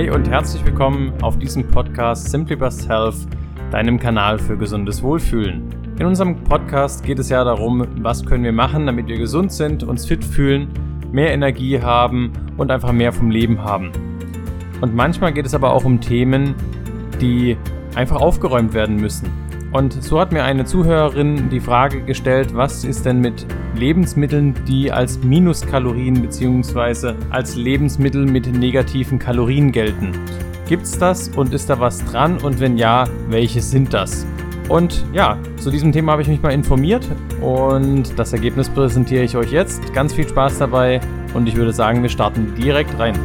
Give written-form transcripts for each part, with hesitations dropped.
Hi und herzlich willkommen auf diesem Podcast Simply Best Health, deinem Kanal für gesundes Wohlfühlen. In unserem Podcast geht es ja darum, was können wir machen, damit wir gesund sind, uns fit fühlen, mehr Energie haben und einfach mehr vom Leben haben. Und manchmal geht es aber auch um Themen, die einfach aufgeräumt werden müssen. Und so hat mir eine Zuhörerin die Frage gestellt, was ist denn mit Lebensmitteln, die als Minuskalorien bzw. als Lebensmittel mit negativen Kalorien gelten? Gibt's das und ist da was dran und wenn ja, welche sind das? Und ja, zu diesem Thema habe ich mich mal informiert und das Ergebnis präsentiere ich euch jetzt. Ganz viel Spaß dabei und ich würde sagen, wir starten direkt rein.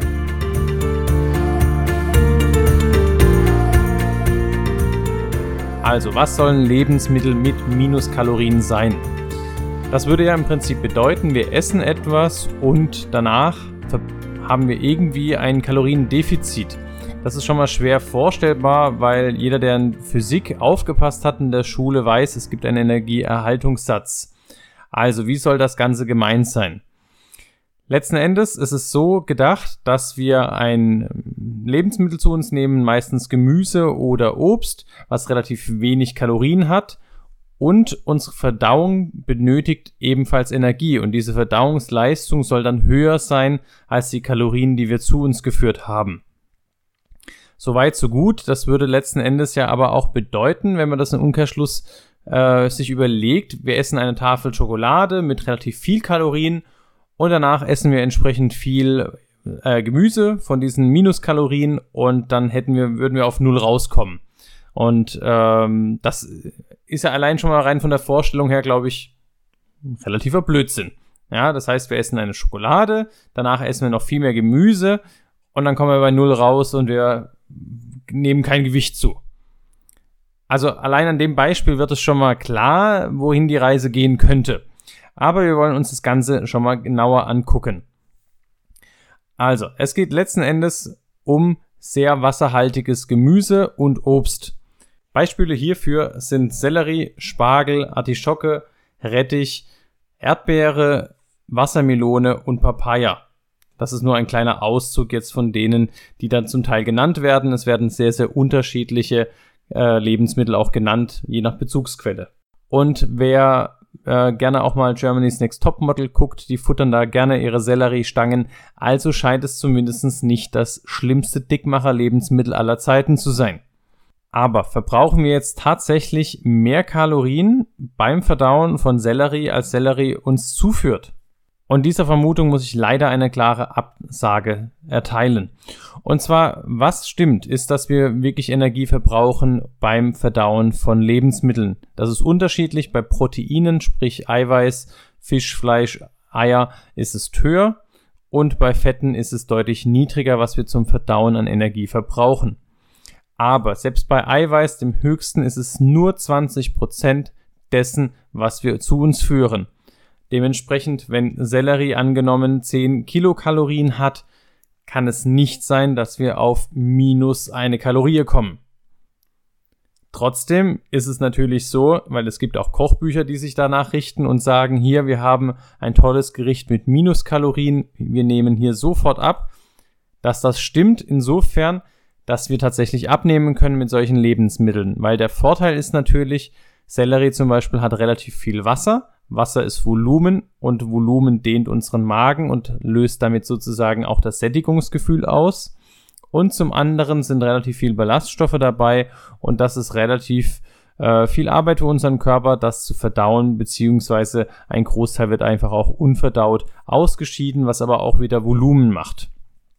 Also, was sollen Lebensmittel mit Minuskalorien sein? Das würde ja im Prinzip bedeuten, wir essen etwas und danach haben wir irgendwie ein Kaloriendefizit. Das ist schon mal schwer vorstellbar, weil jeder, der in Physik aufgepasst hat in der Schule, weiß, es gibt einen Energieerhaltungssatz. Also, wie soll das Ganze gemeint sein? Letzten Endes ist es so gedacht, dass wir ein Lebensmittel zu uns nehmen, meistens Gemüse oder Obst, was relativ wenig Kalorien hat und unsere Verdauung benötigt ebenfalls Energie und diese Verdauungsleistung soll dann höher sein als die Kalorien, die wir zu uns geführt haben. Soweit, so gut. Das würde letzten Endes ja aber auch bedeuten, wenn man das im Umkehrschluss sich überlegt, wir essen eine Tafel Schokolade mit relativ viel Kalorien und danach essen wir entsprechend viel Gemüse von diesen Minuskalorien und dann würden wir auf 0 rauskommen. Und das ist ja allein schon mal rein von der Vorstellung her, glaube ich, relativer Blödsinn. Ja, das heißt, wir essen eine Schokolade, danach essen wir noch viel mehr Gemüse und dann kommen wir bei 0 raus und wir nehmen kein Gewicht zu. Also allein an dem Beispiel wird es schon mal klar, wohin die Reise gehen könnte. Aber wir wollen uns das Ganze schon mal genauer angucken. Also, es geht letzten Endes um sehr wasserhaltiges Gemüse und Obst. Beispiele hierfür sind Sellerie, Spargel, Artischocke, Rettich, Erdbeere, Wassermelone und Papaya. Das ist nur ein kleiner Auszug jetzt von denen, die dann zum Teil genannt werden. Es werden sehr, sehr unterschiedliche Lebensmittel auch genannt, je nach Bezugsquelle. Und wer gerne auch mal Germany's Next Topmodel guckt, die futtern da gerne ihre Selleriestangen, also scheint es zumindest nicht das schlimmste Dickmacher-Lebensmittel aller Zeiten zu sein. Aber verbrauchen wir jetzt tatsächlich mehr Kalorien beim Verdauen von Sellerie, als Sellerie uns zuführt? Und dieser Vermutung muss ich leider eine klare Absage erteilen. Und zwar, was stimmt, ist, dass wir wirklich Energie verbrauchen beim Verdauen von Lebensmitteln. Das ist unterschiedlich. Bei Proteinen, sprich Eiweiß, Fisch, Fleisch, Eier, ist es höher. Und bei Fetten ist es deutlich niedriger, was wir zum Verdauen an Energie verbrauchen. Aber selbst bei Eiweiß, dem höchsten, ist es nur 20% dessen, was wir zu uns führen. Dementsprechend, wenn Sellerie angenommen 10 Kilokalorien hat, kann es nicht sein, dass wir auf minus eine Kalorie kommen. Trotzdem ist es natürlich so, weil es gibt auch Kochbücher, die sich danach richten und sagen, hier, wir haben ein tolles Gericht mit Minuskalorien, wir nehmen hier sofort ab, dass das stimmt insofern, dass wir tatsächlich abnehmen können mit solchen Lebensmitteln, weil der Vorteil ist natürlich, Sellerie zum Beispiel hat relativ viel Wasser. Wasser ist Volumen und Volumen dehnt unseren Magen und löst damit sozusagen auch das Sättigungsgefühl aus. Und zum anderen sind relativ viel Ballaststoffe dabei und das ist relativ viel Arbeit für unseren Körper, das zu verdauen, beziehungsweise ein Großteil wird einfach auch unverdaut ausgeschieden, was aber auch wieder Volumen macht.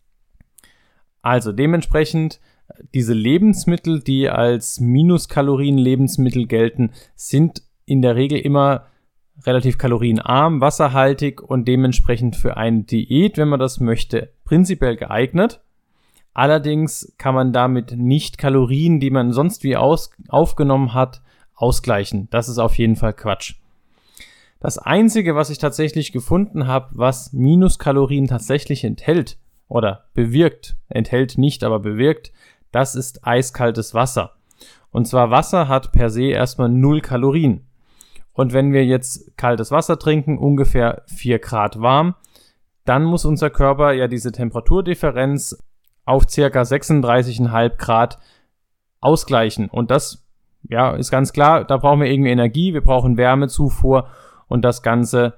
Also dementsprechend diese Lebensmittel, die als Minuskalorien-Lebensmittel gelten, sind in der Regel immer relativ kalorienarm, wasserhaltig und dementsprechend für eine Diät, wenn man das möchte, prinzipiell geeignet. Allerdings kann man damit nicht Kalorien, die man sonst wie aufgenommen hat, ausgleichen. Das ist auf jeden Fall Quatsch. Das Einzige, was ich tatsächlich gefunden habe, was Minuskalorien tatsächlich enthält oder bewirkt, enthält nicht, aber bewirkt, das ist eiskaltes Wasser. Und zwar Wasser hat per se erstmal 0 Kalorien. Und wenn wir jetzt kaltes Wasser trinken, ungefähr 4 Grad warm, dann muss unser Körper ja diese Temperaturdifferenz auf ca. 36,5 Grad ausgleichen. Und das ist ganz klar, da brauchen wir irgendwie Energie, wir brauchen Wärmezufuhr und das Ganze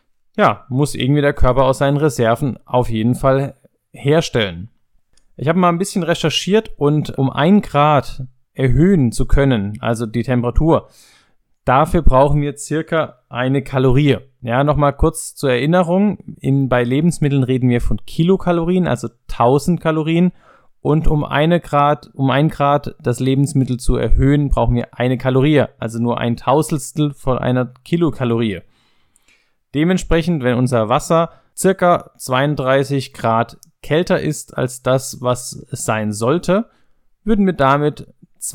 muss irgendwie der Körper aus seinen Reserven auf jeden Fall herstellen. Ich habe mal ein bisschen recherchiert und um 1 Grad erhöhen zu können, also die Temperatur, dafür brauchen wir circa 1 Kalorie. Ja, nochmal kurz zur Erinnerung, bei Lebensmitteln reden wir von Kilokalorien, also 1000 Kalorien. Und um 1 Grad das Lebensmittel zu erhöhen, brauchen wir 1 Kalorie, also nur 1/1000 von einer Kilokalorie. Dementsprechend, wenn unser Wasser circa 32 Grad kälter ist als das, was es sein sollte, würden wir damit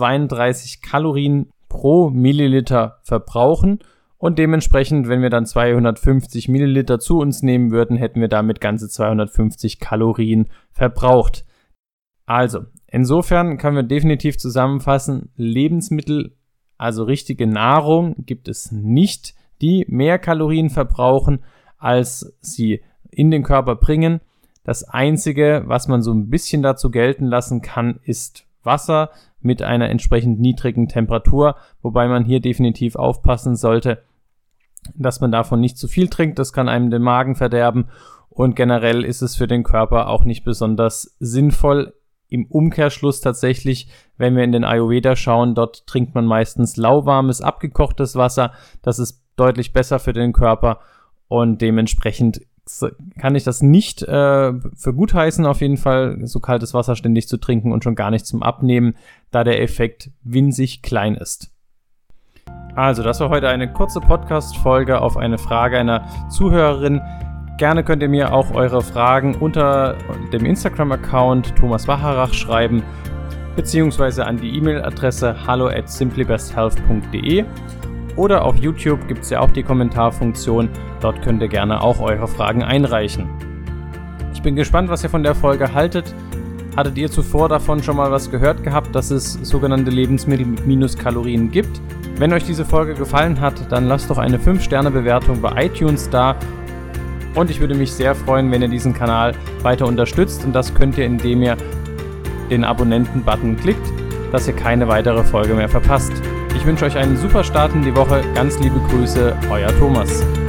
32 Kalorien pro Milliliter verbrauchen und dementsprechend, wenn wir dann 250 Milliliter zu uns nehmen würden, hätten wir damit ganze 250 Kalorien verbraucht. Also, insofern können wir definitiv zusammenfassen, Lebensmittel, also richtige Nahrung, gibt es nicht, die mehr Kalorien verbrauchen, als sie in den Körper bringen. Das Einzige, was man so ein bisschen dazu gelten lassen kann, ist Wasser mit einer entsprechend niedrigen Temperatur, wobei man hier definitiv aufpassen sollte, dass man davon nicht zu viel trinkt. Das kann einem den Magen verderben und generell ist es für den Körper auch nicht besonders sinnvoll. Im Umkehrschluss tatsächlich, wenn wir in den Ayurveda schauen, dort trinkt man meistens lauwarmes, abgekochtes Wasser. Das ist deutlich besser für den Körper und dementsprechend kann ich das nicht für gut heißen, auf jeden Fall so kaltes Wasser ständig zu trinken und schon gar nicht zum Abnehmen, da der Effekt winzig klein ist. Also, das war heute eine kurze Podcast-Folge auf eine Frage einer Zuhörerin. Gerne könnt ihr mir auch eure Fragen unter dem Instagram-Account Thomas Wacharach schreiben, beziehungsweise an die E-Mail-Adresse hallo@simplybesthealth.de. Oder auf YouTube gibt es ja auch die Kommentarfunktion. Dort könnt ihr gerne auch eure Fragen einreichen. Ich bin gespannt, was ihr von der Folge haltet. Hattet ihr zuvor davon schon mal was gehört gehabt, dass es sogenannte Lebensmittel mit Minuskalorien gibt? Wenn euch diese Folge gefallen hat, dann lasst doch eine 5-Sterne-Bewertung bei iTunes da. Und ich würde mich sehr freuen, wenn ihr diesen Kanal weiter unterstützt. Und das könnt ihr, indem ihr den Abonnenten-Button klickt, dass ihr keine weitere Folge mehr verpasst. Ich wünsche euch einen super Start in die Woche. Ganz liebe Grüße, euer Thomas.